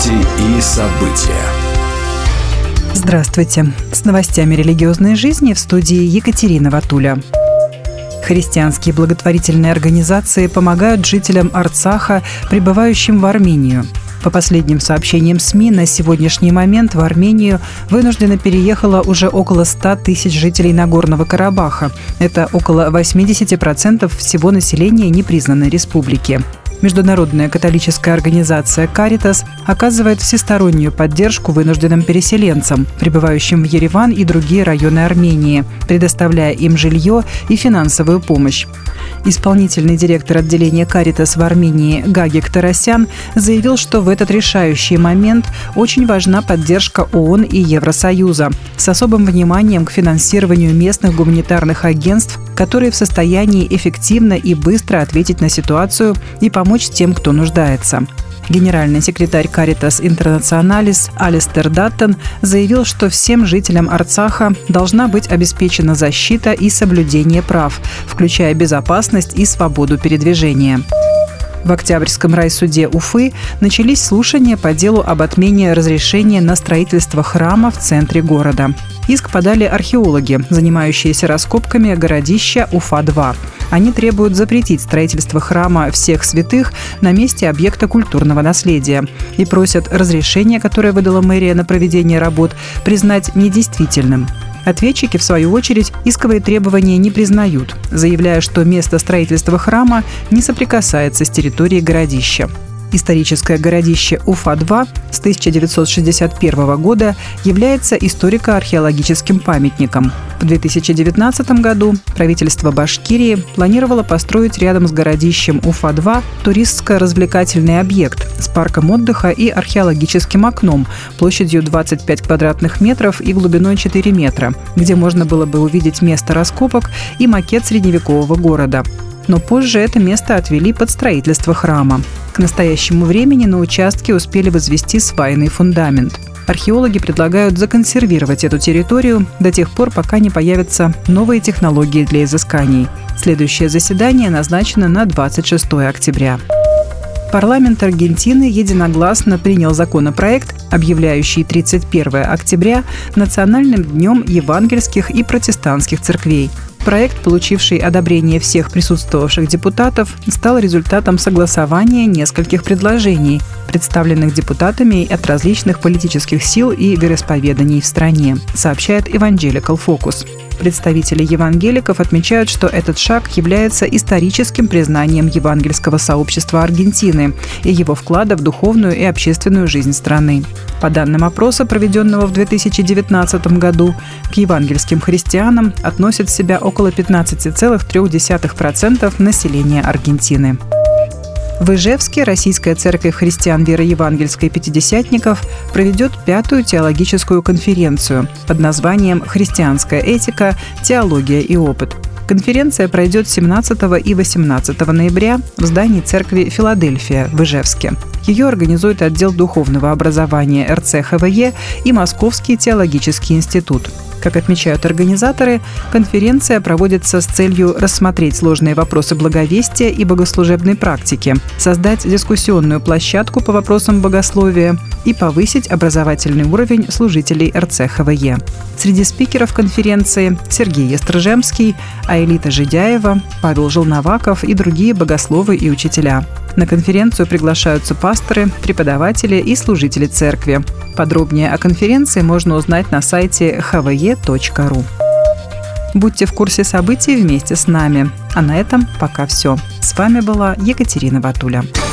Новости и события. Здравствуйте. С новостями религиозной жизни в студии Екатерина Ватуля. Христианские благотворительные организации помогают жителям Арцаха, прибывающим в Армению. По последним сообщениям СМИ, на сегодняшний момент в Армению вынужденно переехало уже около 100 тысяч жителей Нагорного Карабаха. Это около 80% всего населения непризнанной республики. Международная католическая организация «Каритас» оказывает всестороннюю поддержку вынужденным переселенцам, прибывающим в Ереван и другие районы Армении, предоставляя им жилье и финансовую помощь. Исполнительный директор отделения «Каритас» в Армении Гагик Тарасян заявил, что в этот решающий момент очень важна поддержка ООН и Евросоюза с особым вниманием к финансированию местных гуманитарных агентств, которые в состоянии эффективно и быстро ответить на ситуацию и помочь тем, кто нуждается. Генеральный секретарь Caritas Internationalis Алистер Даттон заявил, что всем жителям Арцаха должна быть обеспечена защита и соблюдение прав, включая безопасность и свободу передвижения. В Октябрьском райсуде Уфы начались слушания по делу об отмене разрешения на строительство храма в центре города. Иск подали археологи, занимающиеся раскопками городища Уфа-2. Они требуют запретить строительство храма всех святых на месте объекта культурного наследия и просят разрешение, которое выдала мэрия на проведение работ, признать недействительным. Ответчики, в свою очередь, исковые требования не признают, заявляя, что место строительства храма не соприкасается с территорией городища. Историческое городище Уфа-2 с 1961 года является историко-археологическим памятником. В 2019 году правительство Башкирии планировало построить рядом с городищем Уфа-2 туристско-развлекательный объект с парком отдыха и археологическим окном площадью 25 квадратных метров и глубиной 4 метра, где можно было бы увидеть место раскопок и макет средневекового города. Но позже это место отвели под строительство храма. К настоящему времени на участке успели возвести свайный фундамент. Археологи предлагают законсервировать эту территорию до тех пор, пока не появятся новые технологии для изысканий. Следующее заседание назначено на 26 октября. Парламент Аргентины единогласно принял законопроект, объявляющий 31 октября Национальным днем евангельских и протестантских церквей. Проект, получивший одобрение всех присутствовавших депутатов, стал результатом согласования нескольких предложений, представленных депутатами от различных политических сил и вероисповеданий в стране, сообщает Evangelical Focus. Представители евангеликов отмечают, что этот шаг является историческим признанием евангельского сообщества Аргентины и его вклада в духовную и общественную жизнь страны. По данным опроса, проведенного в 2019 году, к евангельским христианам относят себя около 15,3% населения Аргентины. В Ижевске Российская церковь христиан веры евангельской пятидесятников проведет 5-ю теологическую конференцию под названием «Христианская этика, теология и опыт». Конференция пройдет 17 и 18 ноября в здании церкви «Филадельфия» в Ижевске. Ее организует отдел духовного образования РЦХВЕ и Московский теологический институт. Как отмечают организаторы, конференция проводится с целью рассмотреть сложные вопросы благовестия и богослужебной практики, создать дискуссионную площадку по вопросам богословия и повысить образовательный уровень служителей РЦХВЕ. Среди спикеров конференции Сергей Естржемский, Аэлита Жидяева, Павел Желноваков и другие богословы и учителя. На конференцию приглашаются пасторы, преподаватели и служители церкви. Подробнее о конференции можно узнать на сайте hve.ru. Будьте в курсе событий вместе с нами. А на этом пока все. С вами была Екатерина Ватуля.